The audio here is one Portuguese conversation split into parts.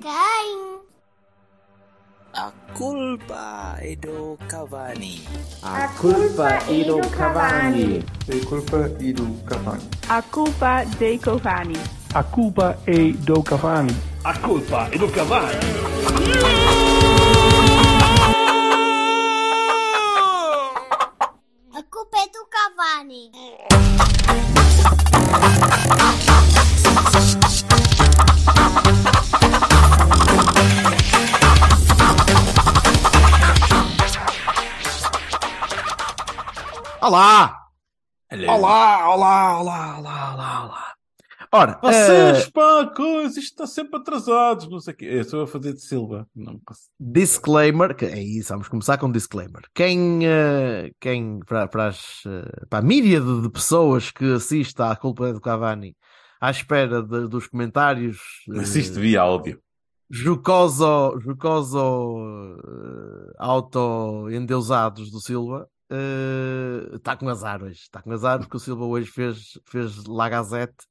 Quem? A culpa é do Cavani. A culpa é do Cavani. A culpa é do Cavani. A culpa dei Cavani. A culpa é do Cavani. A culpa é do Cavani. A culpa é do Cavani. Olá! Hello. Olá! Ora, Vocês, pá, coisa, isto está sempre atrasados, não sei o quê. Eu estou a fazer de Silva. Não posso. disclaimer, é isso, vamos começar com disclaimer. Quem para a mídia de pessoas que assiste à culpa é do Cavani, à espera dos comentários Assiste via áudio. jocoso auto-endeusados do Silva, está com azar hoje. Está com azar porque o Silva hoje fez Lagazette.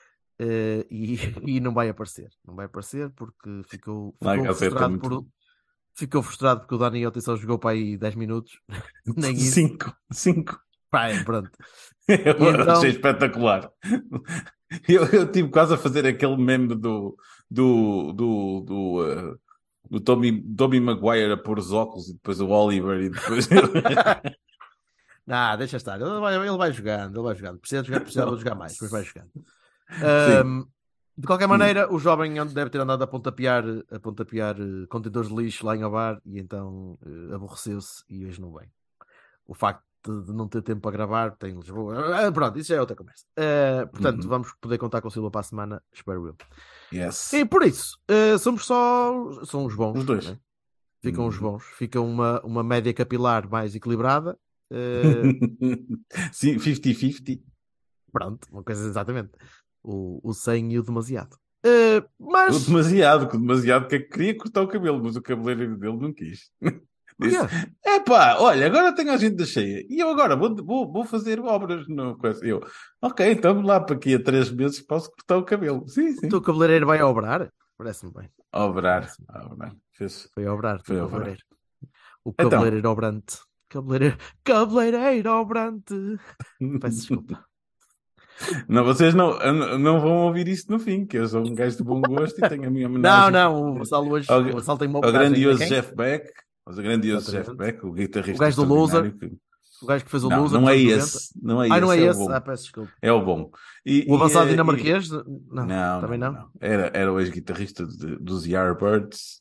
E não vai aparecer. Não vai aparecer porque ficou frustrado porque o Dani Alves só jogou para aí 10 minutos. Nem isso. 5. Pá, pronto. Eu então... achei espetacular. Eu tive quase a fazer aquele meme do Tobey Maguire a pôr os óculos e depois o Oliver e depois... Não, deixa estar. Ele vai jogando. Precisava de jogar mais, mas vai jogando. De qualquer maneira, o jovem deve ter andado a pontapear contentores de lixo lá em Ovar e então aborreceu-se e hoje não vem. O facto de não ter tempo para gravar tem Lisboa. Pronto, isso já é outra conversa. Portanto, vamos poder contar com o Silva para a semana, espero eu. Yes. E por isso, são os bons. Os dois. Né? Ficam os bons. Fica uma média capilar mais equilibrada. Sim, 50-50. Pronto, uma coisa exatamente. O 100 e o demasiado. O demasiado que queria cortar o cabelo, mas o cabeleireiro dele não quis. Disse, olha, agora tenho a agenda cheia e eu agora vou fazer obras no coisa. Eu, ok, então lá para aqui a 3 meses posso cortar o cabelo. Sim. O teu cabeleireiro vai obrar? Parece-me bem. Obrar. Foi obrar. O Então. cabeleireiro obrante. Cabeleireiro obrante. Peço desculpa. Não, vocês não vão ouvir isso no fim, que eu sou um gajo de bom gosto e tenho a minha homenagem. Não, o Vassalo hoje tem uma o grandioso Jeff Beck, o guitarrista. O gajo do Loser, o gajo que fez o Loser. Não é esse. Não é esse. Peço desculpa. É o bom. O avançado dinamarquês? Não, também não. Era o ex-guitarrista dos Yardbirds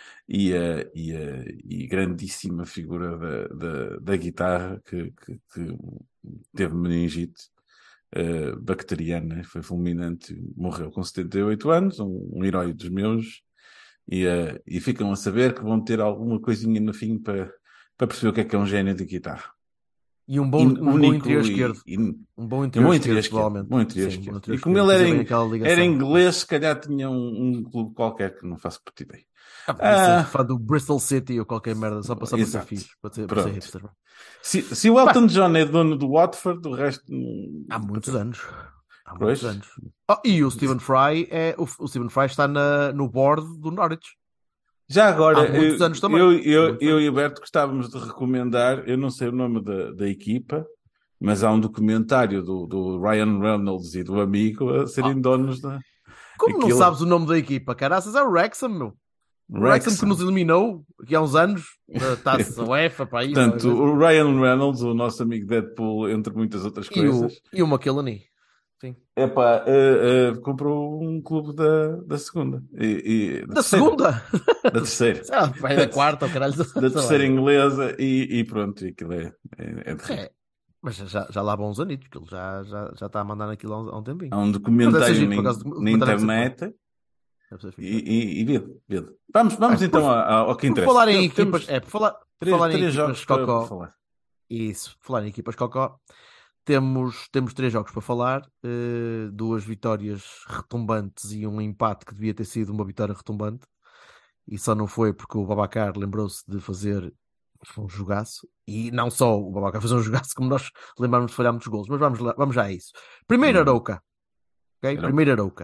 e grandíssima figura da guitarra que teve meningite bacteriana, foi fulminante, morreu com 78 anos, um herói dos meus, e ficam a saber que vão ter alguma coisinha no fim para perceber o que é um gênio de guitarra. E um bom interior esquerdo. Um bom interior esquerdo, provavelmente. Bom interior esquerdo. E como ele era inglês, se calhar tinha um clube qualquer que não faço puta ideia. Fã do Bristol City ou qualquer merda, só para ser fixe, para ser hipster. Se o Elton John é dono do Watford, o resto... Há muitos anos. E o Stephen Fry o Stephen Fry está no board do Norwich. Já agora, há muitos anos também. Eu e o Berto gostávamos de recomendar, eu não sei o nome da equipa, mas há um documentário do Ryan Reynolds e do amigo a serem donos da... Como não sabes o nome da equipa? Caraças, é o Wrexham, meu. O Wrexham que nos eliminou aqui há uns anos da Taça UEFA para aí. Portanto, o Ryan Reynolds, o nosso amigo Deadpool, entre muitas outras coisas. E o McKillany. Sim. Comprou um clube da segunda. Da segunda? Da terceira. Vai da quarta, ou caralho. Da terceira inglesa e pronto, aquilo é de rir. Mas já lá vão uns anitos, porque ele já está a mandar naquilo há um tempinho. Há um documentário na internet. E vê. Vamos então ao que interessa. Por falar em equipas, por falar em equipas cocó. Isso, por falar em equipas cocó, temos 3 jogos para falar, 2 vitórias retumbantes e um empate que devia ter sido uma vitória retumbante, e só não foi porque o Babacar lembrou-se de fazer um jogaço, e não só o Babacar fazer um jogaço, como nós lembramos de falhar muitos golos, mas vamos já a isso. Primeiro Arouca. Okay? Primeiro Arouca.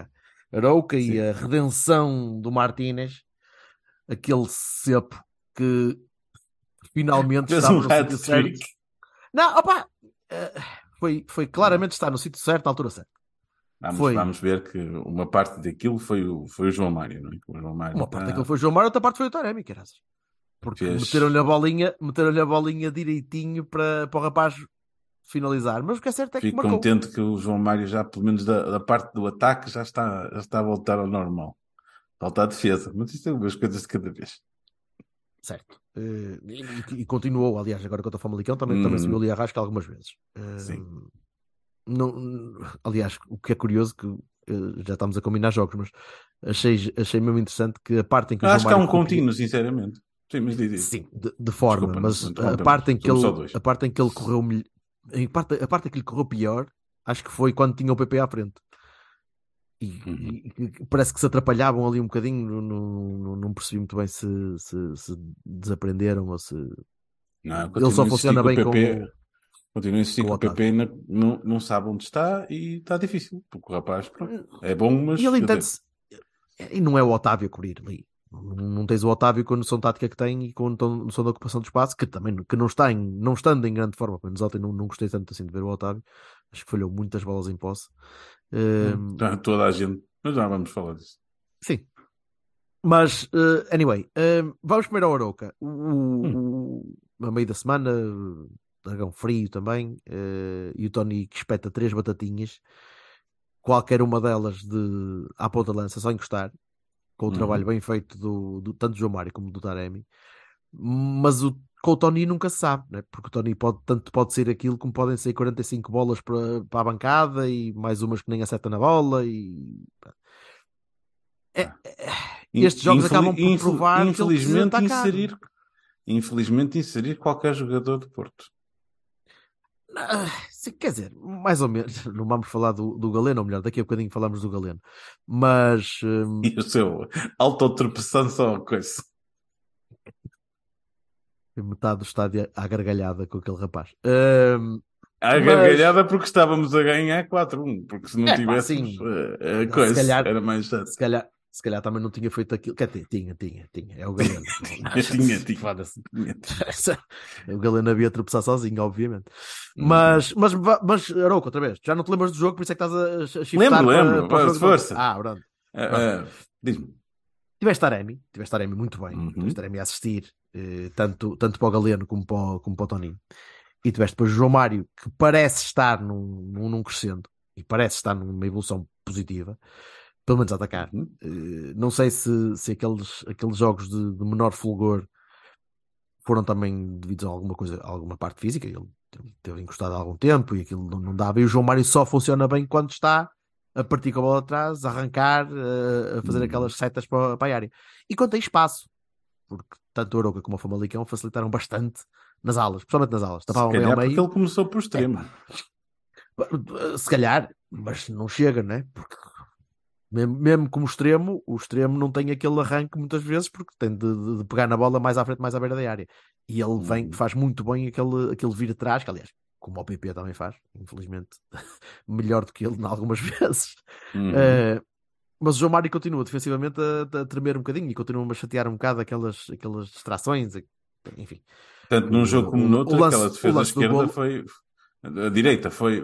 Arouca e Sim. a redenção do Martínez, aquele cepo que finalmente Fez estava um no sítio certo. hat-trick. Não, opa, foi claramente estar no sítio certo, à altura certa. Vamos ver que uma parte daquilo foi o João Mário, não é? O João Mário Uma parte daquilo foi o João Mário, outra parte foi o Taremi, caraças. Porque Fez- meteram-lhe a bolinha direitinho para o rapaz finalizar. Mas o que é certo é que Fico marcou. contente que o João Mário já, pelo menos da parte do ataque, já está a voltar ao normal. Falta a defesa, mas isto é umas coisas de cada vez. Certo. E continuou, aliás, agora contra o Famalicão também subiu ali a rasca algumas vezes. Sim. Aliás, o que é curioso que já estamos a combinar jogos, mas achei mesmo interessante que a parte em que o João Acho que há Mário um contínuo, sinceramente. Sim, mas diz. sim, de forma, Desculpa, mas não a interrompemos. parte em que Somos só ele, dois. a parte em que ele correu a parte em que lhe correu pior, acho que foi quando tinha o PP à frente. E parece que se atrapalhavam ali um bocadinho, não percebi muito bem se desaprenderam ou se Não, ele só funciona bem com Continuo a insistir com que o o PP não sabe onde está e está difícil, porque o rapaz pronto, é bom, mas E ele entende-se. E não é o Otávio a cobrir ali. Não tens o Otávio com a noção tática que tem e com a noção da ocupação de espaço, que também que não estando em grande forma. Pelo menos ontem não gostei tanto assim de ver o Otávio. Acho que falhou muitas bolas em posse. toda a gente. Mas já vamos falar disso. Sim. Mas, anyway, vamos primeiro ao Arouca. A meio da semana, dragão frio também, e o Tony que espeta 3 batatinhas, qualquer uma delas à ponta de lança, só encostar, com o trabalho bem feito tanto do João Mário como do Taremi. Mas com o Tony nunca se sabe, né? Porque o Tony tanto pode ser aquilo como podem ser 45 bolas para a bancada e mais umas que nem acerta na bola estes jogos acabam por provar que ele precisa estar cá. Infelizmente inserir qualquer jogador do Porto. Quer dizer, mais ou menos. Não vamos falar do Galeno, ou melhor, daqui a bocadinho falamos do Galeno. Mas E o seu autotropeção só uma coisa. metade do estádio à gargalhada com aquele rapaz. À gargalhada porque estávamos a ganhar 4-1, porque se não tivéssemos a coisa, calhar, era mais chato. Se calhar também não tinha feito aquilo. Quer dizer, tinha. É o Galeno. tinha. O Galeno havia de tropeçar sozinho, obviamente. Mas Arouca, outra vez, já não te lembras do jogo, por isso é que estás a shiftar Lembro. para o jogo. Força. Pronto. Diz-me. Tiveste Taremi muito bem. Tiveste Taremi a assistir, tanto para o Galeno como para o Toninho. E tiveste depois o João Mário, que parece estar num crescendo e parece estar numa evolução positiva, pelo menos a atacar. Não sei se aqueles jogos de menor fulgor foram também devidos a alguma parte física. Ele teve encostado há algum tempo e aquilo não dava. E o João Mário só funciona bem quando está a partir com a bola atrás, a arrancar, a fazer aquelas setas para a área. E quando tem espaço, porque tanto o Arouca como o Famalicão facilitaram bastante nas alas, principalmente nas alas. Tapavam bem ao meio. Porque ele começou por extremo. Se calhar, mas não chega, né? Porque mesmo como o extremo não tem aquele arranque muitas vezes, porque tem de pegar na bola mais à frente, mais à beira da área. E ele faz muito bem aquele vir atrás, que aliás, como o PP também faz, infelizmente, melhor do que ele, em algumas vezes. Mas o João Mário continua defensivamente a tremer um bocadinho e continua a chatear um bocado aquelas distrações, enfim. Tanto num jogo como no outro, aquela defesa esquerda foi a direita foi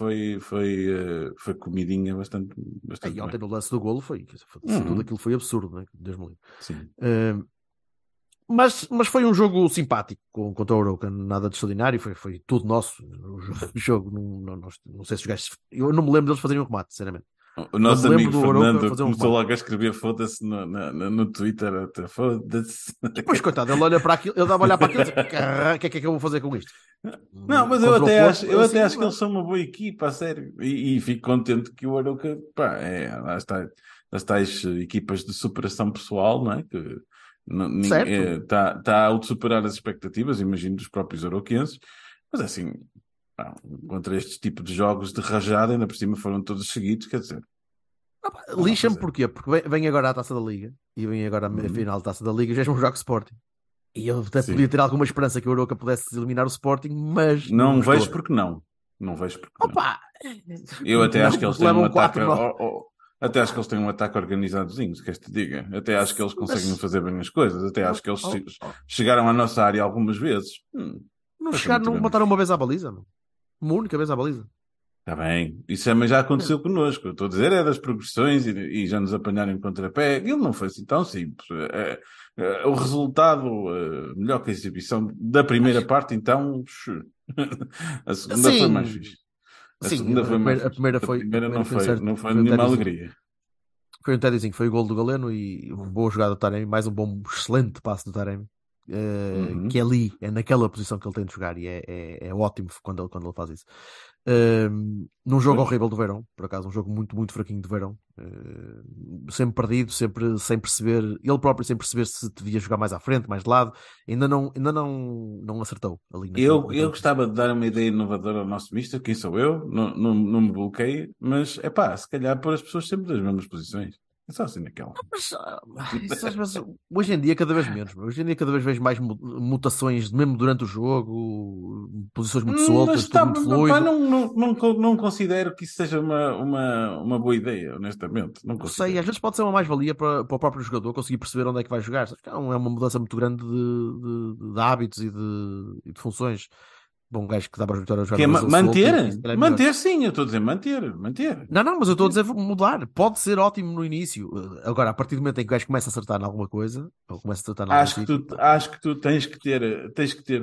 comidinha bastante e ontem no lance do golo tudo aquilo foi absurdo, né? Deus me livre. Sim. Mas foi um jogo simpático contra o Arouca, nada de extraordinário, foi tudo nosso. O jogo, não sei se os gajos. Eu não me lembro deles fazerem um remate, sinceramente. O nosso amigo Fernando começou logo a escrever foda-se no Twitter. Foda-se. Depois, coitado, ele olha para aquilo, ele dava a olhar para aquilo e diz: o que é que eu vou fazer com isto? Não, mas eu até acho que eles são uma boa equipa, a sério. E fico contente que o Arouca, lá está, as tais equipas de superação pessoal, não é? Que está a auto-superar as expectativas, imagino, dos próprios arauquenses, mas assim, contra este tipo de jogos de rajada, ainda por cima foram todos seguidos, quer dizer. Lixa-me porquê? Porque vem agora a Taça da Liga e vem agora a final da Taça da Liga e já é um jogo Sporting. E eu até podia ter alguma esperança que o Arouca pudesse eliminar o Sporting, mas não vejo porque não. Não vejo porque não. Eu até acho que eles têm um ataque Até acho que eles têm um ataque organizadozinho, se queres te diga. Até acho que eles conseguem fazer bem as coisas. Até acho que eles chegaram à nossa área algumas vezes. Não Foi chegaram, não tivemos. mataram uma vez à baliza, não. Uma única vez à baliza. Está bem. Isso também já aconteceu connosco. Eu estou a dizer é das progressões e já nos apanharam em contrapé. Ele não foi assim tão simples. O resultado, melhor que a exibição da primeira parte, então, a segunda foi mais fixe. A Sim, segunda foi mais a primeira fixe. foi. A primeira não foi, certo, não foi foi um nenhuma Teddyzinho. alegria. Foi um Teddyzinho, foi o gol do Galeno e uma boa jogada do Taremi, mais um bom, excelente passe do Taremi. Que é ali, é naquela posição que ele tem de jogar e é ótimo quando ele faz isso. Num jogo horrível do Verão, por acaso, um jogo muito, muito fraquinho do Verão, sempre perdido, sempre sem perceber, ele próprio sem perceber se devia jogar mais à frente, mais de lado, ainda não acertou ali Eu gostava de dar uma ideia inovadora ao nosso mister, quem sou eu, não me bloqueei, mas é pá, se calhar pôr as pessoas sempre nas mesmas posições. É só assim naquela. Mas, isso às vezes, hoje em dia cada vez menos. Hoje em dia cada vez vejo mais mutações, mesmo durante o jogo, posições muito soltas, tudo muito fluido. Não considero que isso seja uma boa ideia, honestamente. Não Não sei, considero. às vezes pode ser uma mais-valia para o próprio jogador conseguir perceber onde é que vai jogar. Sabes que é uma mudança muito grande de hábitos e de funções. Bom, um gajo que dá para as vitórias a Que é jogar no Brasil solto, manter? isso é melhor. Manter sim, eu estou a dizer manter. Não, mas eu estou a dizer mudar. Pode ser ótimo no início. Agora, a partir do momento em que o gajo começa a acertar em alguma coisa, ou começa a acertar em algum sítio, Acho que tu tens que ter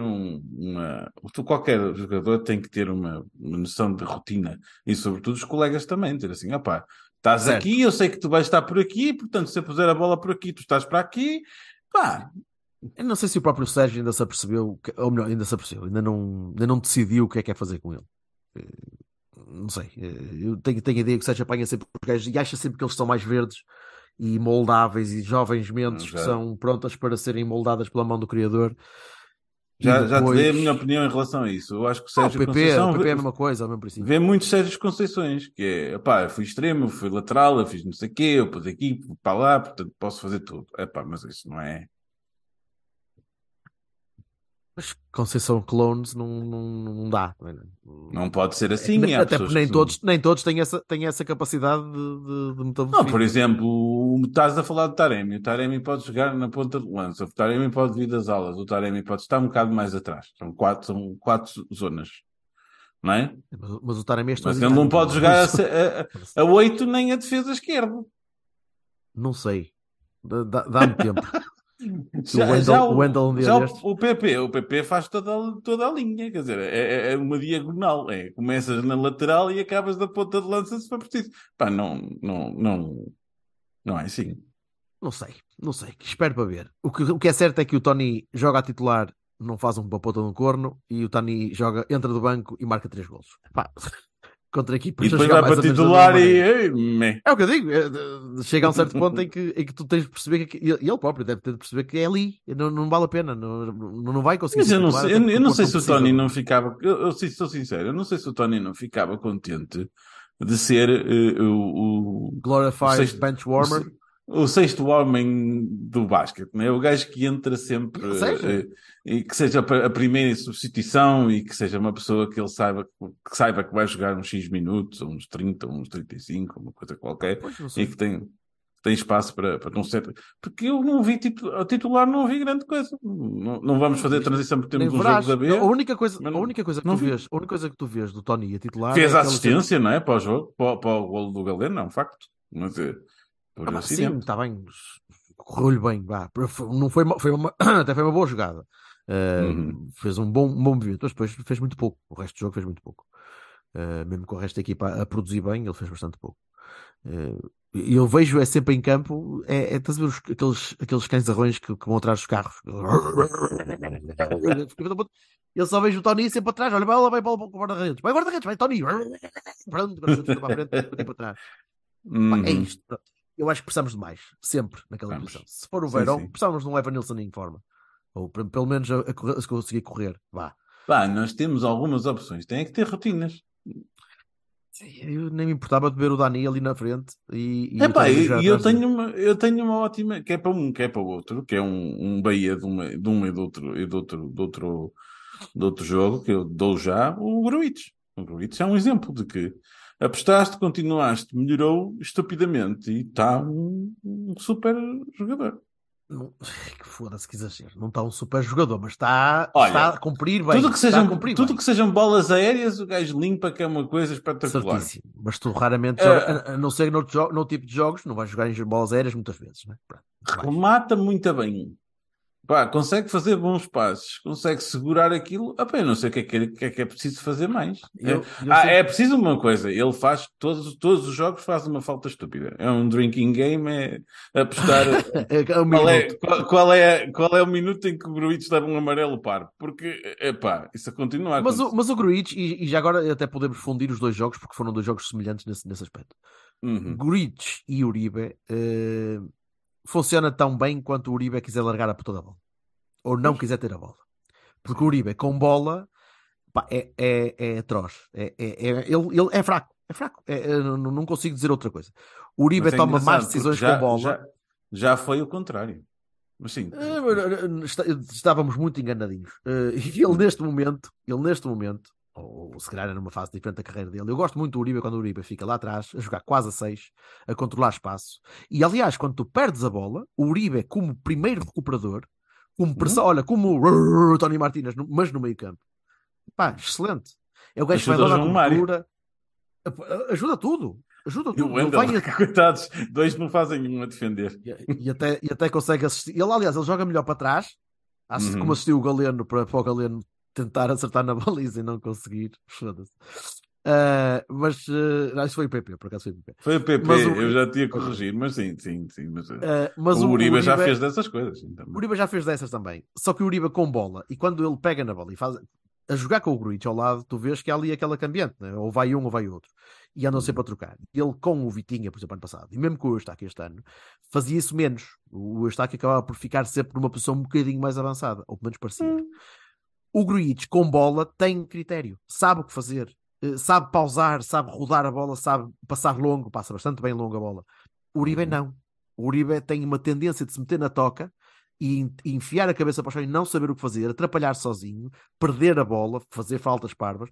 qualquer jogador tem que ter uma noção de rotina e sobretudo os colegas também, ter assim, opá, estás certo. aqui, eu sei que tu vais estar por aqui, portanto, se eu puser a bola por aqui, tu estás para aqui, pá. Eu não sei se o próprio Sérgio ainda se apercebeu, ou melhor, ainda se apercebeu, ainda não decidiu o que é fazer com ele. Não sei. Eu tenho a ideia que o Sérgio apanha sempre os gajos e acha sempre que eles são mais verdes e moldáveis e jovens mentes que são prontas para serem moldadas pela mão do Criador. Já te dei a minha opinião em relação a isso. Eu acho que o Sérgio Conceição o PP é a mesma coisa, ao mesmo princípio. Vê muitos Sérgios Conceições, que é, pá, eu fui extremo, eu fui lateral, eu fiz não sei o quê, eu pus aqui, para lá, portanto posso fazer tudo. Pá, mas isso não é... Mas Conceição Clones não dá. Não pode ser assim. Até porque nem todos têm essa capacidade de metamorfose. Não, por exemplo, estás a falar de Taremi. O Taremi pode jogar na ponta de lança. O Taremi pode vir das alas. O Taremi pode estar um bocado mais atrás. São quatro zonas. Não é? Mas o Taremi é Mas ele não pode jogar a 8 nem a defesa esquerda. Não sei. Dá-me tempo. O Wendel o PP faz toda a linha, quer dizer, é uma diagonal, começas na lateral e acabas da ponta de lança se for preciso. Pá, não é assim. Não sei, espero para ver. O que é certo é que o Tony joga a titular, não faz uma ponta no corno, e o Tony entra do banco e marca 3 golos. Pá, contra equipas. E depois vai para titular e... É o que eu digo. Chega a um certo ponto em que tu tens de perceber que ele próprio deve ter de perceber que é ali. Não vale a pena. Não vai conseguir. Mas eu não sei se o Tony não ficava... Eu sou sincero. Eu não sei se o Tony não ficava contente de ser o... Glorified bench warmer. O sexto homem do basquete, não é? O gajo que entra sempre e que seja a primeira substituição e que seja uma pessoa que ele saiba que vai jogar uns X minutos, ou uns 30, ou uns 35, uma coisa qualquer, e que tem espaço para não ser. Porque eu não vi titular, não vi grande coisa. Não vamos fazer transição porque temos um jogo da B. A única coisa que tu vês do Tony a titular fez a assistência, não é? Para o jogo, para o golo do Galeno, não, facto. Mas sim, está bem, correu-lhe bem, vá. Não foi até foi uma boa jogada. Fez um bom movimento, mas depois fez muito pouco. O resto do jogo fez muito pouco. Mesmo com o resto da equipa a produzir bem, ele fez bastante pouco. E eu vejo sempre em campo, estás a ver aqueles cães arrões que vão atrás dos carros. Ele só vejo o Tony sempre atrás, olha, vai para o guarda-redes, vai Tony, pronto, para a frente, para trás. É isto. Eu acho que precisamos de mais, sempre naquela posição. Se for o Verão, precisamos de um Evan Nilsson em forma. Ou pelo menos a conseguir correr. Vá, nós temos algumas opções. Tem que ter rotinas. Eu nem me importava de ver o Dani ali na frente. Eu tenho uma ótima, que é para um, que é para o outro, que é um Bahia de um e do outro jogo, que eu dou já, o Gruitch. O Gruitch é um exemplo de que Apostaste, continuaste, melhorou estupidamente e está um super jogador. Não, foda-se que exagero. Não está um super jogador, mas está Olha, a cumprir bem. Tudo que sejam bolas aéreas, o gajo limpa, que é uma coisa espetacular. Certíssimo. Mas tu raramente joga, a não ser no tipo de jogos, não vais jogar em bolas aéreas muitas vezes, não é? Pronto, remata muito bem. Pá, consegue fazer bons passos, consegue segurar aquilo. Ah, pá, eu não sei o que é preciso fazer mais. É preciso uma coisa. Ele faz todos os jogos faz uma falta estúpida. É um drinking game, é apostar. Qual é o minuto em que o Gruitch leva um amarelo par? Porque, isso continua a acontecer. Mas o Gruitch, e já agora até podemos fundir os dois jogos, porque foram dois jogos semelhantes nesse aspecto. Gruitch e Uribe funciona tão bem quanto o Uribe quiser largar a puta da bola. Ou não quiser ter a bola. Porque o Uribe com bola é atroz. Ele é fraco. É fraco. Não consigo dizer outra coisa. O Uribe toma más decisões com bola. Já foi o contrário. Mas sim. Estávamos muito enganadinhos. E ele neste momento, ou se calhar era numa fase diferente da carreira dele, eu gosto muito do Uribe quando o Uribe fica lá atrás, a jogar quase a 6, a controlar espaço. E aliás, quando tu perdes a bola, o Uribe como primeiro recuperador, como pressão, olha, como o Tony Martínez, mas no meio campo. Pá, excelente. É o gajo que vai dar a cobertura. Ajuda tudo. E o Wendel, coitados, dois não fazem um a defender. E até consegue assistir. Aliás, ele joga melhor para trás. Como assistiu o Galeno para o Galeno tentar acertar na baliza e não conseguir. Foda-se. Mas isso foi o PP, por acaso foi o PP. Foi o PP, eu já tinha corrigido, mas sim. Mas o Uribe já fez dessas coisas. O Uribe já fez dessas também. Só que o Uribe com bola, e quando ele pega na bola e faz a jogar com o Gruitch ao lado, tu vês que há ali aquela cambiante, né? Ou vai um ou vai outro. E andam sempre a trocar. Ele com o Vitinha, por exemplo, ano passado, e mesmo com o Eustáquio este ano, fazia isso menos. O Eustáquio acabava por ficar sempre numa posição um bocadinho mais avançada, ou pelo menos parecia. O Gruitch com bola tem critério, sabe o que fazer, sabe pausar, sabe rodar a bola, sabe passar longo, passa bastante bem longo a bola. O Uribe não. O Uribe tem uma tendência de se meter na toca e enfiar a cabeça para o chão e não saber o que fazer, atrapalhar sozinho, perder a bola, fazer faltas parvas.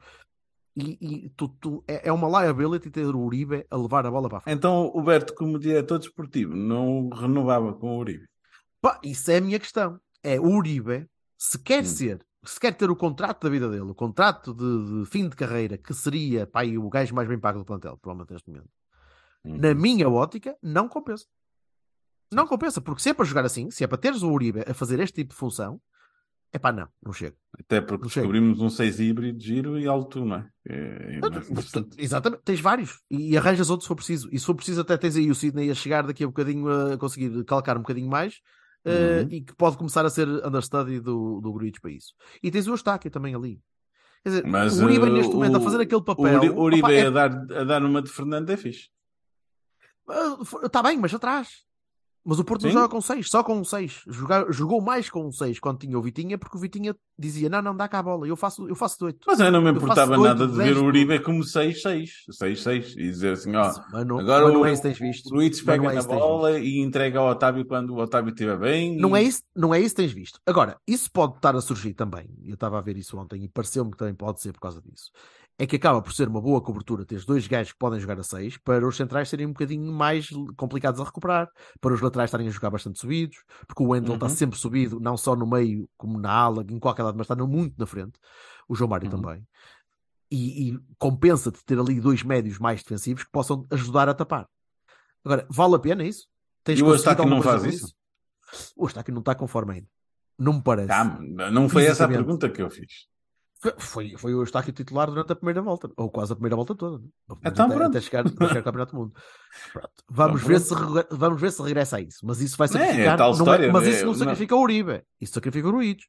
É uma liability ter o Uribe a levar a bola para a frente. Então o Berto, como diretor desportivo, não renovava com o Uribe? Pá, isso é a minha questão. É o Uribe, se quer ter o contrato da vida dele, o contrato de fim de carreira, que seria o gajo mais bem pago do plantel, provavelmente neste momento, na minha ótica, não compensa. Não compensa, porque se é para jogar assim, se é para teres o Uribe a fazer este tipo de função, não chega. Até porque descobrimos um 6 híbrido, giro e alto, não é? Exatamente, tens vários e arranjas outros se for preciso. E se for preciso, até tens aí o Sidney a chegar daqui a bocadinho a conseguir calcar um bocadinho mais e que pode começar a ser understudy do Gruitch para isso. E tens o Eustáquio também ali. Quer dizer, mas o Uribe neste momento a fazer aquele papel. O Uribe a dar uma de Fernando é fixe. Está bem, mas atrás. Mas o Porto não joga com 6, só com um 6. Jogou mais com um 6 quando tinha o Vitinha, porque o Vitinha dizia, não dá cá a bola, eu faço de 8. Mas eu não me importava nada de ver o Uribe como 6-6, e dizer assim, agora não é isso que tens visto. O Luís pega na bola e entrega ao Otávio quando o Otávio estiver bem. Não é isso que tens visto. Agora, isso pode estar a surgir também, eu estava a ver isso ontem e pareceu-me que também pode ser por causa disso. É que acaba por ser uma boa cobertura teres dois gajos que podem jogar a 6 para os centrais serem um bocadinho mais complicados a recuperar, para os laterais estarem a jogar bastante subidos, porque o Wendel está sempre subido, não só no meio como na ala, em qualquer lado, mas está muito na frente. O João Mário também. E compensa-te ter ali dois médios mais defensivos que possam ajudar a tapar. Agora, vale a pena isso? E o Eustáquio não faz isso? O Eustáquio não está conforme ainda. Não me parece. Não foi essa a pergunta que eu fiz. Foi o Eustáquio titular durante a primeira volta, ou quase a primeira volta toda, né? Até chegar ao Campeonato do Mundo. Pronto. Vamos ver se regressa a isso. Mas isso vai sacrificar. Mas isso não sacrifica o Uribe. Isso sacrifica o Gruitch.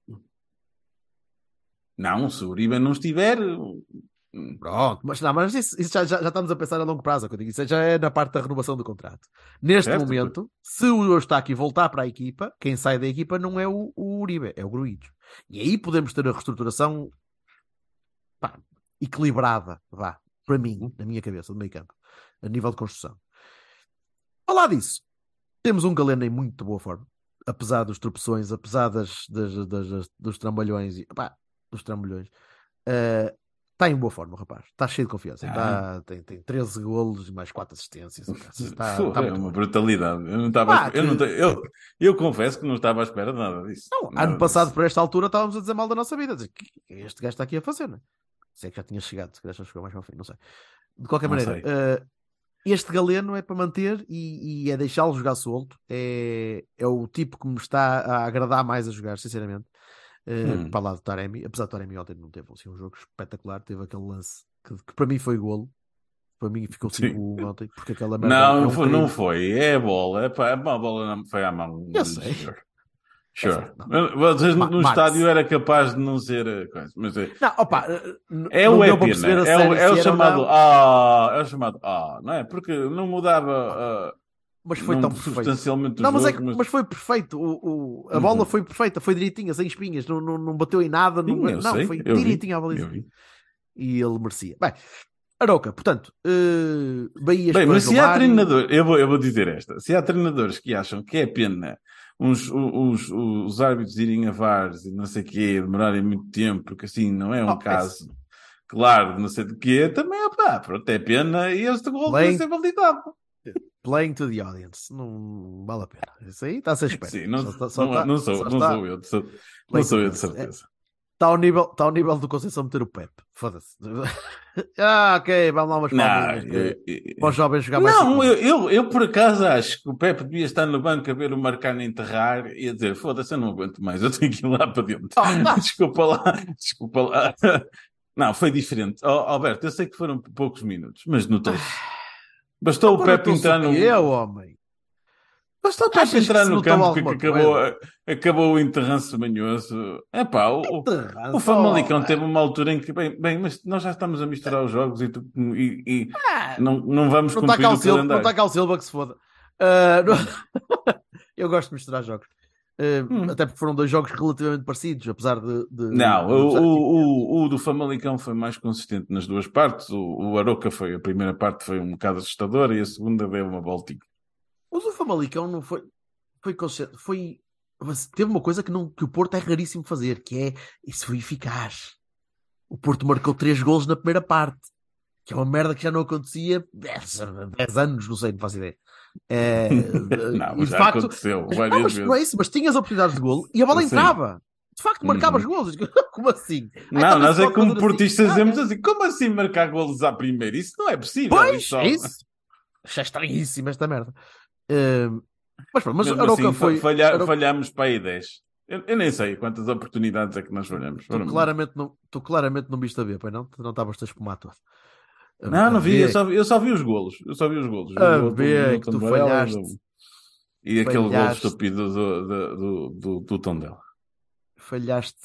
Não, se o Uribe não estiver. Pronto, mas isso já estamos a pensar a longo prazo. Isso já é na parte da renovação do contrato. Neste momento, se o Eustáquio voltar para a equipa, quem sai da equipa não é o Uribe, é o Gruitch. E aí podemos ter a reestruturação equilibrada, para mim, na minha cabeça, do meio campo, a nível de construção. Falar disso, temos um Galeno em muito boa forma, apesar dos tropeções, apesar dos trambolhões, está Está em boa forma, o rapaz. Está cheio de confiança. Tem 13 golos e mais 4 assistências. Está É muito uma bom. brutalidade. Eu não estava eu confesso que não estava à espera de nada disso. Não, Nada ano passado, disso. por esta altura, estávamos a dizer mal da nossa vida. Dizer, que este gajo está aqui a fazer, não é? Se é que já tinha chegado, se calhar já chegou mais ao fim, não sei. De qualquer Não maneira, sei. este Galeno é para manter e é deixá-lo jogar solto. É o tipo que me está a agradar mais a jogar, sinceramente. Para lá do Taremi, apesar do Taremi ontem não teve assim, um jogo espetacular, teve aquele lance que para mim foi golo, para mim ficou Sim. 5-1 ontem, porque aquela merda Não, é não um foi, crime. não foi. É a bola. A bola não foi à mão. Eu sei. Sure. Não. Vocês no Max. estádio era capaz de não ser coisa. Mas Não, opa, é não o deu para pena. perceber a sério É o se era ou chamado não, é o chamado não é? Porque não mudava mas foi não tão perfeito. substancialmente o Não, jogo, mas foi perfeito. A bola foi perfeita, foi direitinha, sem espinhas, não bateu em nada, Sim, eu sei, foi eu vi, direitinho à baliza. eu vi. E ele merecia. Bem, Arouca, portanto, Bahia Bem, escolhe mas se o há Mário. treinador, eu vou dizer esta, se há treinadores que acham que é pena os árbitros irem a VARs e não sei o quê, demorarem muito tempo, porque assim não é um caso claro de não sei de quê, também pronto, é pena e este gol deve ser validado. Playing to the audience, não vale a pena. Isso aí está a ser espera. Sim, não sou eu de certeza. Está ao nível do Conceição meter o Pep. Foda-se. Ok, vamos lá umas palminhas para os jovens jogar mais. Não, eu por acaso acho que o Pepe devia estar no banco a ver o Marcano enterrar e a dizer, foda-se, eu não aguento mais, eu tenho que ir lá para dentro. Desculpa lá. Não, foi diferente. Alberto, eu sei que foram poucos minutos, mas notou-se. Bastou o Pepe entrar no... homem. Bastou o Pepe entrar no campo que acabou o enterranço manhoso. O Famalicão teve uma altura em que, bem, mas nós já estamos a misturar os jogos e não vamos cumprir o calendário. Não está cá o Silva que se foda. Eu gosto de misturar jogos. Até porque foram dois jogos relativamente parecidos, apesar de... Não, o do Famalicão foi mais consistente nas duas partes. O Arouca a primeira parte foi um bocado assustadora e a segunda deu uma voltinha. O do Famalicão não foi consistente. Teve uma coisa que o Porto é raríssimo fazer, que é isso foi eficaz. O Porto marcou 3 golos na primeira parte, que é uma merda que já não acontecia 10 anos, não sei, não faço ideia. Não, mas já aconteceu várias vezes. Não é isso, mas tinhas oportunidades de golo e a bola entrava. De facto, marcavas golos. Como assim? Não, nós é como portistas dizemos assim, como assim marcar golos à primeira? Isso não é possível. Pois, é isso. Achei estranhíssimo esta merda. Mas Arouca assim, foi... falhámos para aí 10. Eu nem sei quantas oportunidades é que nós falhamos. Tu claramente não viste a ver, pois não? Tu não estavas a espumar todo. Não vi, eu só vi os golos. A ver que tu falhaste. E aquele gol estúpido do Tondela. Falhaste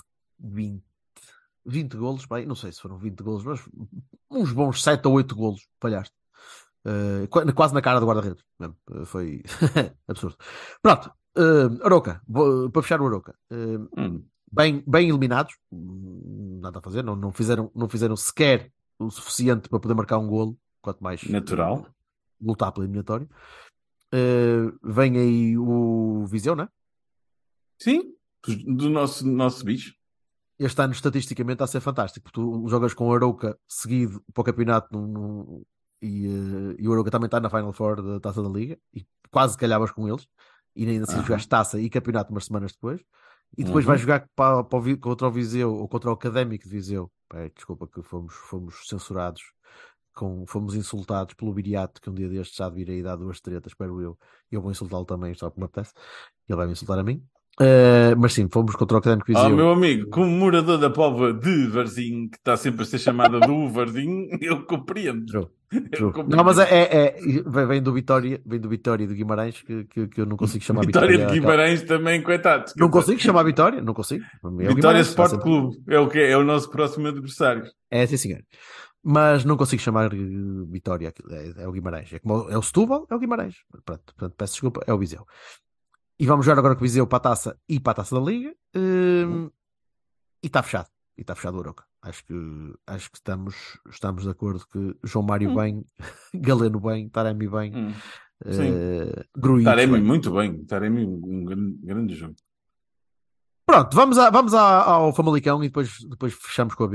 20 golos, bem, não sei se foram 20 golos, mas uns bons 7 ou 8 golos falhaste. Quase na cara do guarda-redes mesmo. Foi absurdo. Pronto, Arouca, para fechar o Arouca, bem eliminados, nada a fazer, não fizeram sequer o suficiente para poder marcar um golo, quanto mais natural lutar pelo eliminatório. Vem aí o Viseu, não é? Sim, do nosso bicho. Este ano estatisticamente está a ser fantástico, porque tu jogas com o Arouca seguido para o campeonato e o Arouca também está na Final Four da Taça da Liga e quase calhavas com eles e ainda assim jogaste Taça e campeonato umas semanas depois e depois vais jogar contra o Viseu ou contra o Académico de Viseu. Desculpa que fomos censurados, fomos insultados pelo Viriato, que um dia destes já de vir aí dar 2 tretas, espero eu, e eu vou insultá-lo também, só que me apetece, ele vai me insultar a mim. Mas sim, fomos contra o Académico de Viseu. Meu amigo, como morador da Póvoa de Varzim, que está sempre a ser chamada do Varzim, eu compreendo. True. Não, mas vem do Vitória do Guimarães, que eu não consigo chamar Vitória de Guimarães também, coitado. Não consigo chamar Vitória, não consigo. Vitória Sport Clube, é o nosso próximo adversário. É, sim senhor. Mas não consigo chamar Vitória, é o Guimarães. É o Setúbal, é o Guimarães. Portanto, peço desculpa, é o Viseu. E vamos jogar agora com o Viseu para a Taça e para a Taça da Liga. E está fechado. E está fechado o Arouca. Acho que estamos de acordo que João Mário bem, Galeno bem, Taremi bem, Gruitch Taremi bem. muito bem. Taremi um grande jogo. Pronto, vamos ao Famalicão e depois fechamos com a B.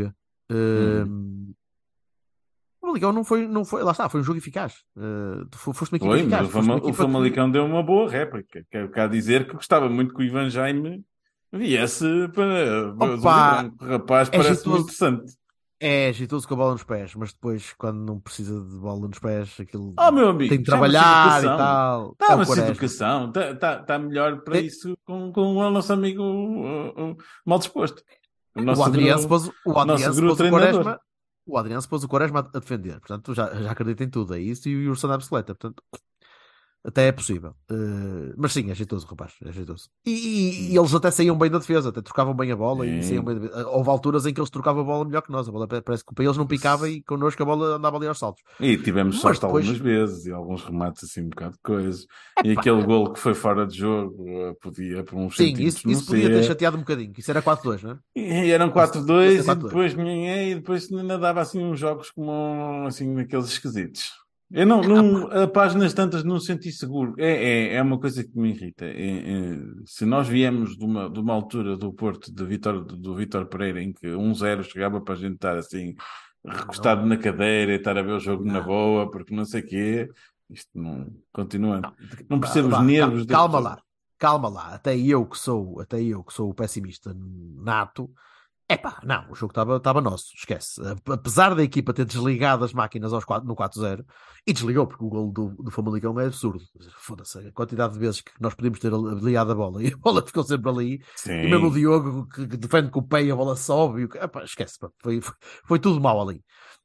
O Famalicão não foi, lá está, foi um jogo eficaz. Foste uma equipa Foi, eficaz. mas Foste uma o equipa Famalicão deu uma boa réplica. Quero cá dizer que gostava muito que o Ivan Jaime viesse para os Opa, branco. O rapaz é parece-me jeitoso, interessante. é jeitoso com a bola nos pés, mas depois, quando não precisa de bola nos pés, aquilo Oh, meu tem amigo, de chama-se trabalhar e educação. tal. É o Chama-se Quaresma. educação. Está melhor para Tem- isso com o nosso amigo mal disposto. O O Adriano nosso se guru pôs o treinador. Quaresma. O Adriano se pôs o Quaresma a defender. Portanto, já acredita em tudo. É isso e o Urso na bicicleta. Portanto, até é possível. Mas sim, é jeitoso, rapaz. É jeitoso. E eles até saíam bem da defesa. Até trocavam bem a bola e saíam bem. Houve alturas em que eles trocavam a bola melhor que nós. A bola parece que para eles não picava e connosco a bola andava ali aos saltos. E tivemos Mas sorte depois, algumas vezes e alguns remates assim um bocado de coisa. E aquele golo que foi fora de jogo podia por uns sim, centímetros não isso podia ter ser. chateado um bocadinho. Que isso era 4-2, não é? E eram Podia 4-2 ser e 4-2. depois ainda dava assim uns jogos como assim daqueles esquisitos. Eu não, a páginas tantas não senti seguro. É uma coisa que me irrita. Se nós viemos de uma altura do Porto do Vítor Pereira em que 1-0 chegava para a gente estar assim recostado na cadeira e estar a ver o jogo na boa, porque não sei o quê, isto não continua. Não percebo os nervos das Calma pessoas. lá. Calma lá. Até eu que sou o pessimista nato. Epá, não, o jogo estava nosso, esquece. Apesar da equipa ter desligado as máquinas no 4-0, e desligou, porque o gol do Famalicão é absurdo. Foda-se, a quantidade de vezes que nós podíamos ter ligado a bola, e a bola ficou sempre ali, e mesmo o Sim. Diogo que defende com o pé e a bola sobe, epá, esquece, pá, foi tudo mal ali.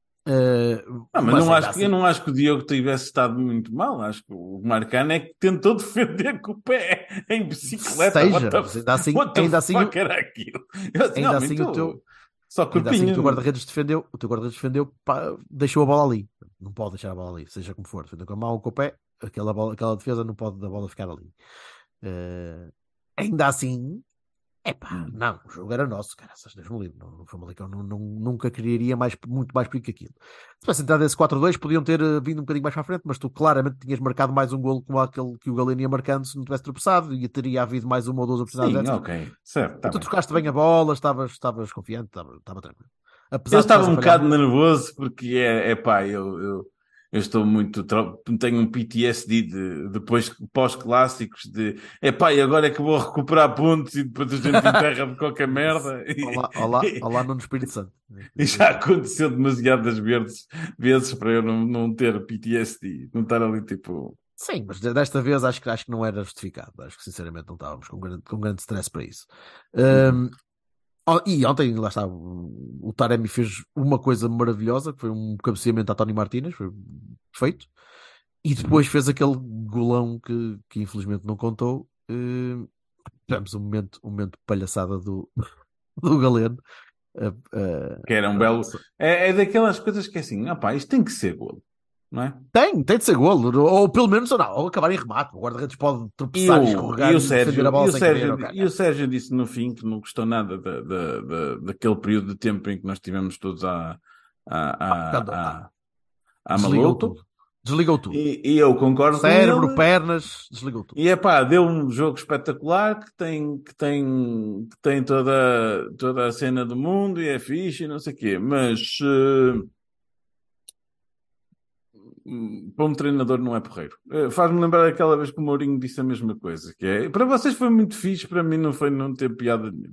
Mas Mas não ainda acho, eu assim, não acho que o Diogo tivesse estado muito mal. Acho que o Marcano é que tentou defender com o pé em bicicleta. seja, mas ainda assim, What the fuck era aquilo? Eu disse, ainda não, assim muito só ainda assim o teu corpinho. guarda-redes defendeu, pá, deixou a bola ali. Não pode deixar a bola ali, seja como for. Defendeu com a mão ou com o pé, aquela defesa não pode da bola ficar ali. Eh, Ainda assim, não, o jogo era nosso, cara, essas Deus me livre. No Famalicão nunca criaria muito mais perigo que aquilo. Se tivesse entrado esse 4-2, podiam ter vindo um bocadinho mais para a frente, mas tu claramente tinhas marcado mais um golo como aquele que o Galeno ia marcando se não tivesse tropeçado, e teria havido mais uma ou duas oportunidades Sim, dessas. ok, certo, está E tu bem. trocaste bem a bola, estavas confiante, estava tranquilo. Eu Apesar de estava estás a um falhar bocado nervoso porque eu estou muito. Tenho um PTSD depois pós-clássicos e agora é que vou recuperar pontos e depois a gente enterra de qualquer merda. Olá, Nuno Espírito Santo. E já aconteceu demasiadas vezes para eu não ter PTSD, não estar ali tipo. Sim, mas desta vez acho que não era justificado. Acho que sinceramente não estávamos com grande stress para isso. E ontem, lá está, o Taremi fez uma coisa maravilhosa, que foi um cabeceamento a Tony Martínez, foi perfeito. E depois fez aquele golão que infelizmente não contou. Tivemos um momento de palhaçada do Galeno. Que era um belo. É daquelas coisas que é assim, isto tem que ser golo, não é? Tem de ser golo, ou pelo menos ou acabar em remate. O guarda-redes pode tropeçar e escorregar e defender a bola sem querer. E o Sérgio disse no fim que não gostou nada daquele período de tempo em que nós estivemos todos a Desligou maluco. tudo. Desligou tudo. E eu concordo Cérebro, com ele. pernas, desligou tudo. E deu um jogo espetacular que tem toda a cena do mundo e é fixe e não sei o quê, mas para um treinador não é porreiro. Faz-me lembrar aquela vez que o Mourinho disse a mesma coisa, que é, para vocês foi muito fixe, para mim não ter piada nenhuma.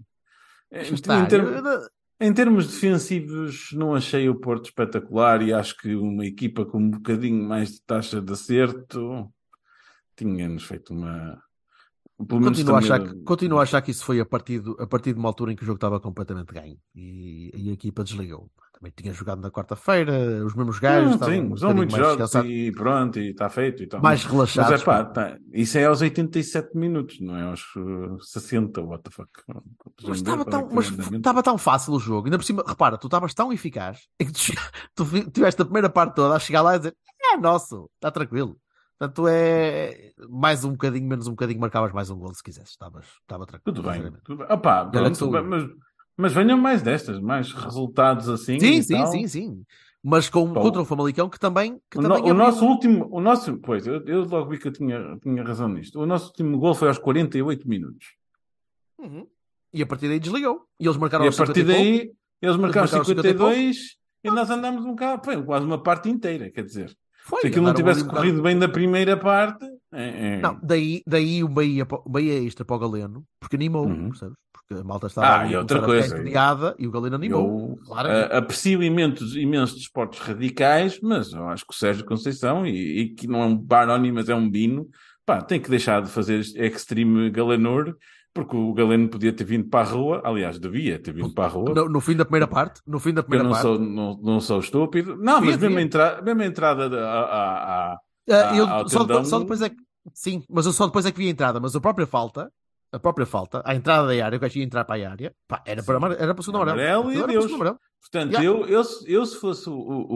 Em termos defensivos, não achei o Porto espetacular e acho que uma equipa com um bocadinho mais de taxa de acerto tinha-nos feito uma... Pelo menos Continuo a achar que isso foi a partir de uma altura em que o jogo estava completamente ganho e a equipa desligou. Também tinha jogado na quarta-feira, os mesmos gajos estavam são muitos mais jogos descansados, e pronto, e está feito e tal. mais Mas relaxados. isso é aos 87 minutos, não é aos 60, what the fuck. Mas estava tão fácil o jogo. Ainda por cima, repara, tu estavas tão eficaz em que tu tiveste a primeira parte toda a chegar lá e dizer é nosso, está tranquilo. Portanto, mais um bocadinho, menos um bocadinho, marcavas mais um gol se quisesse. Estava tranquilo. Tudo bem. Pronto, mas venham mais destas, mais resultados assim. Sim. Mas contra o Famalicão, que também o nosso pois, eu logo vi que eu tinha razão nisto. O nosso último gol foi aos 48 minutos. E a partir daí desligou. E eles marcaram E a aos 50 partir daí, Eles marcaram marcaram 52 e nós andámos um bocado, foi quase uma parte inteira, quer dizer. Foi, Se aquilo não andaram ali tivesse um corrido bem na primeira parte... Não, daí o Bahia extra para o Galeno, porque animou, percebes? Porque a malta estava ali e a outra começar a ficar coisa, entediada e o Galeno animou. Eu aprecio imenso de esportes radicais, mas eu acho que o Sérgio Conceição, e que não é um Baroni, mas é um Bino, pá, tem que deixar de fazer extreme Galenor, porque o Galeno podia ter vindo para a rua, aliás, devia ter vindo para a rua. No fim da primeira parte, Eu não sou estúpido. Não, mas mesmo a entrada ao tendão... só depois é que... Sim, mas eu só depois é que vi a entrada, mas a própria falta, a entrada da área, que eu ia entrar para a área, pá, era para o segundo amarelo. E Deus. Portanto, eu se fosse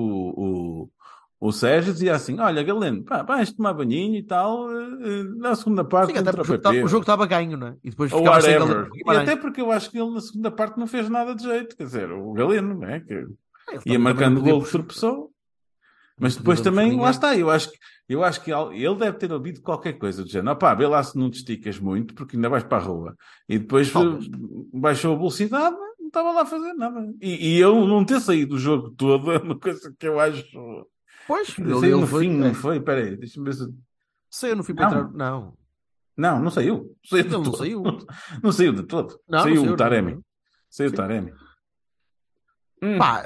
o Sérgio, dizia assim, olha, Galeno, pá, vais tomar banhinho e tal, na segunda parte... Sim, até porque o jogo estava ganho, não é? E depois ou ficava sem whatever. E até porque eu acho que ele na segunda parte não fez nada de jeito, quer dizer, o Galeno, não é? Que ia marcando o gol que tropeçou. Mas depois também, lá está, eu acho que ele deve ter ouvido qualquer coisa do género. Pá, vê lá se não te esticas muito, porque ainda vais para a rua. E depois baixou a velocidade, não estava lá a fazer nada. E eu não ter saído do jogo todo é uma coisa que eu acho... Pois, ele no fim, não foi? Espera aí, deixa-me ver se... Saiu no fim para entrar... Não. Não saiu. Ele não saiu. Não saiu de todo. Saiu o Taremi. Saiu o Taremi. Pá,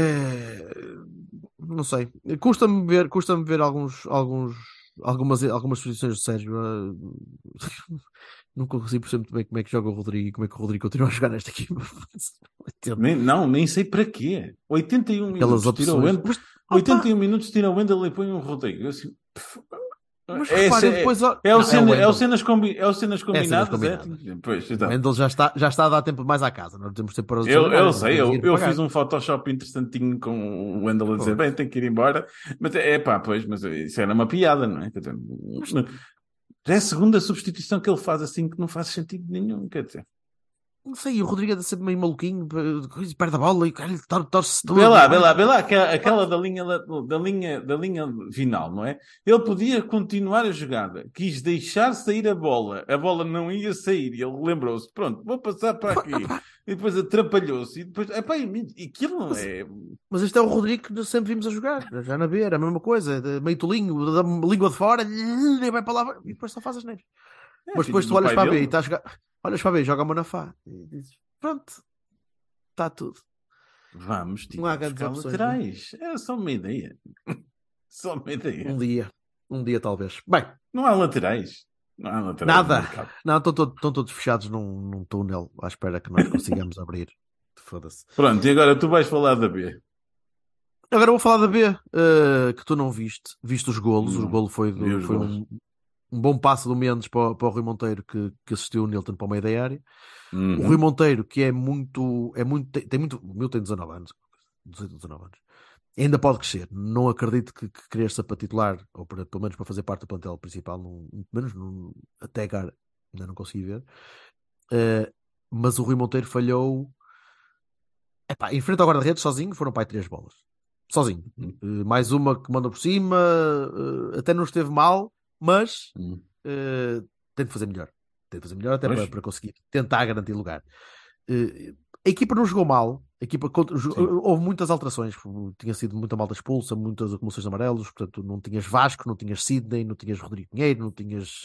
não sei. Custa-me ver algumas posições do Sérgio. Não consigo perceber muito bem como é que joga o Rodrigo e como é que o Rodrigo continua a jogar nesta equipa. Nem sei para quê. 81 minutos tira o Wendel. 81 minutos tira o Wendel e põe um Rodrigo. Assim, mas repare, depois... É o cenas combinadas. Pois, o Wendel já está a dar tempo mais à casa. Nós temos tempo para eu sei, eu fiz um Photoshop interessantinho com o Wendel a dizer, bem, tem que ir embora. Mas mas isso era uma piada, não é? Quer dizer, já é a segunda substituição que ele faz assim que não faz sentido nenhum, quer dizer. Não sei, o Rodrigo anda sempre meio maluquinho, perde a bola e torce-se tudo. Vê lá, aquela da linha final, não é? Ele podia continuar a jogada, quis deixar sair a bola não ia sair, e ele lembrou-se, pronto, vou passar para aqui, e depois atrapalhou-se, e depois, aquilo não é... Mas este é o Rodrigo que sempre vimos a jogar, já na beira, a mesma coisa, meio tolinho, da língua de fora, nem vai para lá, e depois só faz as neiras. Mas depois tu olhas para a B e estás a jogar... Olhas para ver, joga a Manafá. E dizes, pronto, está tudo. Vamos, não há grandes opções. Laterais. É só uma ideia. Só uma ideia. Um dia talvez. Bem, não há laterais. Nada. Não, estão todos fechados num túnel à espera que nós consigamos abrir. Foda-se. Pronto, e agora tu vais falar da B. Agora vou falar da B, que tu não viste. Viste os golos. O golo foi um bom passo do Mendes para o Rui Monteiro que assistiu o Nilton para o meio da área. O Rui Monteiro, que tem muito... O Nilton tem 19 anos. 19 anos. Ainda pode crescer. Não acredito que cresça para titular, ou pelo menos para fazer parte do plantel principal, até agora ainda não consegui ver. Mas o Rui Monteiro falhou em frente ao guarda-redes sozinho, foram para aí 3 bolas. Sozinho. Mais uma que mandou por cima, até não esteve mal, mas tem de fazer melhor. Até para conseguir tentar garantir lugar. A equipa não jogou mal. Houve muitas alterações. Tinha sido muita malta expulsa, muitas acumulações de amarelos. Portanto, não tinhas Vasco, não tinhas Sidney, não tinhas Rodrigo Pinheiro, não tinhas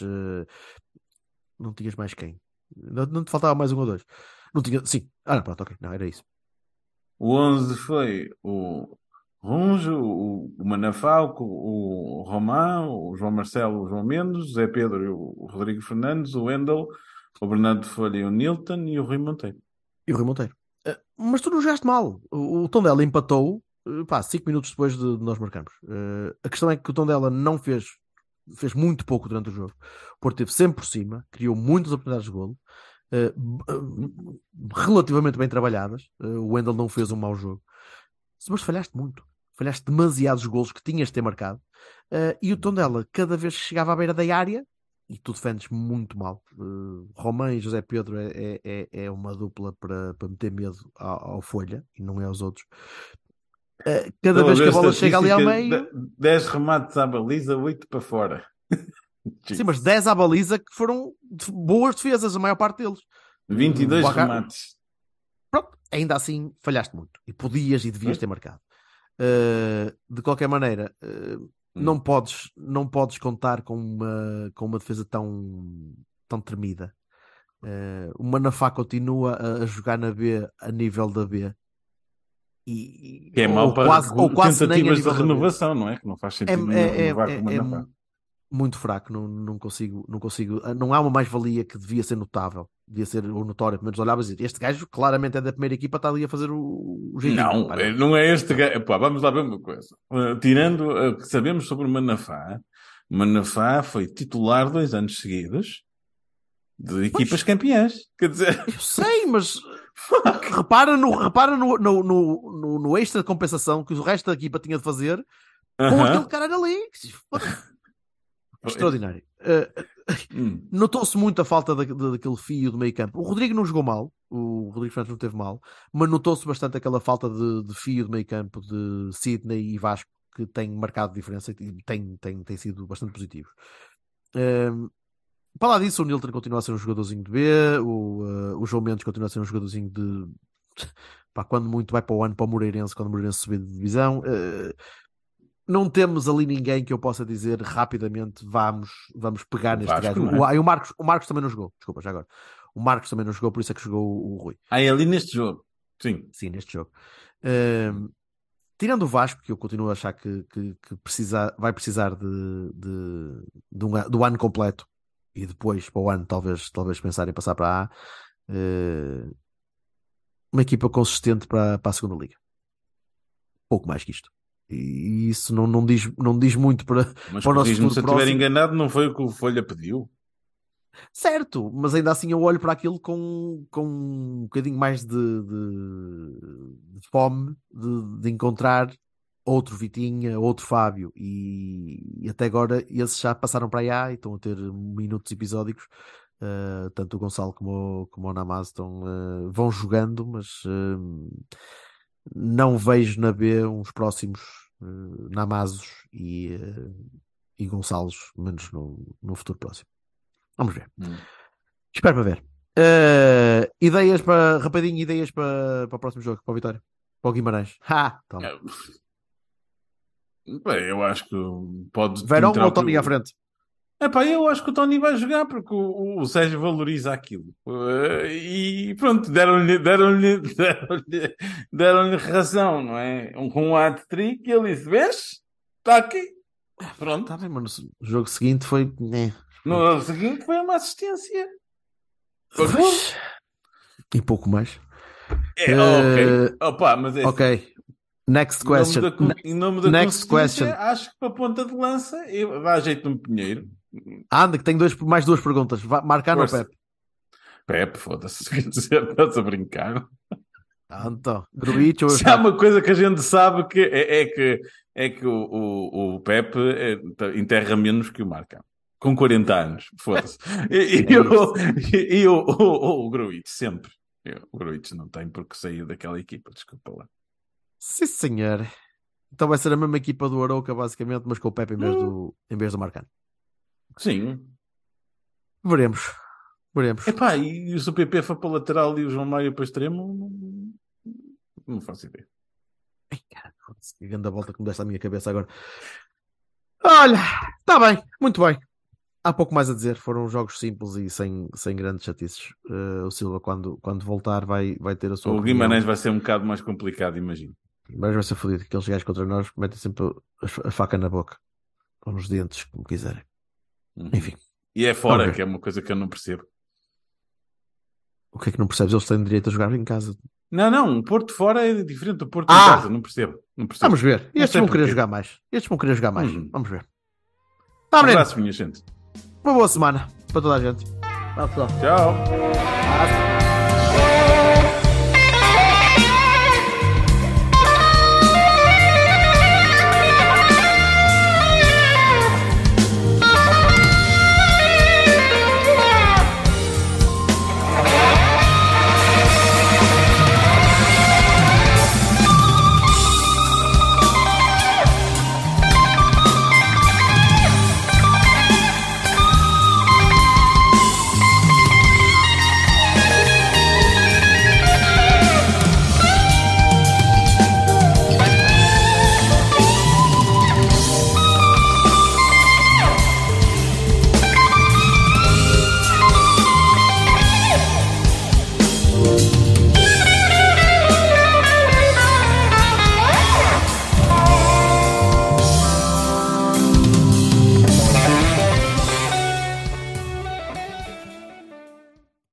mais quem? Não te faltava mais um ou dois. Não tinha... Sim. Pronto, ok. Não, era isso. O 11 foi o Runjo, o Manafá, o Román, o João Marcelo, o João Mendes, o Zé Pedro e o Rodrigo Fernandes, o Wendel, o Bernardo Folha e o Nilton e o Rui Monteiro. Mas tu não jogaste mal. O Tondela empatou 5 minutos depois de nós marcarmos. A questão é que o Tondela não fez muito pouco durante o jogo. O Porto esteve sempre por cima, criou muitas oportunidades de golo, relativamente bem trabalhadas. O Wendel não fez um mau jogo. Mas falhaste muito. Falhaste demasiados golos que tinhas de ter marcado. E o Tondela, cada vez que chegava à beira da área, e tu defendes muito mal. Román e José Pedro é uma dupla para meter medo ao Folha, e não é aos outros. Cada vez que a bola chega ali ao meio... 10 remates à baliza, 8 para fora. Sim, mas 10 à baliza que foram boas defesas, a maior parte deles. 22 remates. Pronto, ainda assim falhaste muito. E podias e devias ter marcado. De qualquer maneira, não podes contar com uma defesa tão tremida. O Manafá continua a jogar na B a nível da B. Que é mau para tentativas de renovação, não é? Que não faz sentido renovar com o Manafá. Muito fraco, não consigo. Não há uma mais-valia que devia ser notável, devia ser notória. Pelo menos olhavas e dizer, este gajo claramente é da primeira equipa, está ali a fazer o jeitinho. Não é este gajo. Pá, vamos lá ver uma coisa. Tirando o que sabemos sobre o Manafá foi titular 2 anos seguidos de equipas campeãs. Quer dizer, eu sei, mas repara no extra de compensação que o resto da equipa tinha de fazer com aquele cara ali. Extraordinário. Notou-se muito a falta daquele fio do meio campo. O Rodrigo não jogou mal, o Rodrigo Fernandes não teve mal, mas notou-se bastante aquela falta de fio do meio campo de Sidney e Vasco, que tem marcado diferença e tem sido bastante positivo. Para lá disso, o Nilton continua a ser um jogadorzinho de B, o João Mendes continua a ser um jogadorzinho de pá, quando muito vai para o ano para o Moreirense, quando o Moreirense subir de divisão. Não temos ali ninguém que eu possa dizer rapidamente vamos pegar neste Vasco, gajo. não é? O Marcos também não jogou, desculpa, já agora. O Marcos também não jogou, por isso é que jogou o Rui. é ali neste jogo. Sim, neste jogo. Tirando o Vasco, que eu continuo a achar que vai precisar do ano completo e depois para o ano talvez pensar em passar para A, uma equipa consistente para a segunda liga. Pouco mais que isto. E isso não diz muito para o nosso futuro. Se eu estiver enganado, não foi o que o Folha pediu. Certo, mas ainda assim eu olho para aquilo com um bocadinho mais de fome de encontrar outro Vitinha, outro Fábio, e até agora esses já passaram para aí e estão a ter minutos episódicos. Tanto o Gonçalo como o Namaz vão jogando, mas não vejo na B uns próximos Namazos e Gonçalos, menos no futuro próximo. Vamos ver. Espero para ver. Ideias para o próximo jogo, para o Vitória, para o Guimarães. Toma. Bem, eu acho que pode Verão ou o Tony à frente? Eu acho que o Tony vai jogar porque o Sérgio valoriza aquilo. E pronto, deram-lhe razão, não é? Com um hat-trick e ele disse, vês? Está aqui. Pronto. Está bem, mas no jogo seguinte foi... No jogo seguinte foi uma assistência. E pouco mais. Ok. Opa, mas é ok. Next question. Em nome da Next question. Acho que para a ponta de lança dá jeito um Pinheiro. Anda, que tenho mais 2 perguntas. Marcar no Pepe? Pepe, foda-se. Estás a brincar. Então, Gruitch ou... Se há uma coisa que a gente sabe que é que o Pepe enterra menos que o Marcão. Com 40 anos, foda-se. E o Gruitch, sempre. O Gruitch não tem porque saiu daquela equipa, desculpa lá. Sim, senhor. Então vai ser a mesma equipa do Arouca, basicamente, mas com o Pepe em vez do Marcano. Sim. Veremos. Epá, e se o PP for para o lateral e o João Mário para o extremo, não faço ideia. Ai, cara, que grande volta que me deste à minha cabeça agora. Olha, está bem, muito bem. Há pouco mais a dizer, foram jogos simples e sem grandes chatices. O Silva, quando voltar, vai ter a sua opinião. O Guimarães vai ser um bocado mais complicado, imagino. Mas vai ser fodido, aqueles gajos contra nós metem sempre a faca na boca, ou nos dentes, como quiserem. Enfim. E é fora, que é uma coisa que eu não percebo. O que é que não percebes? Eles têm direito a jogar em casa. Não, o Porto fora é diferente do Porto em casa, não percebo. Vamos ver, estes vão querer jogar mais. Vamos ver. Tá, um abraço, minha gente. Uma boa semana para toda a gente. Tchau.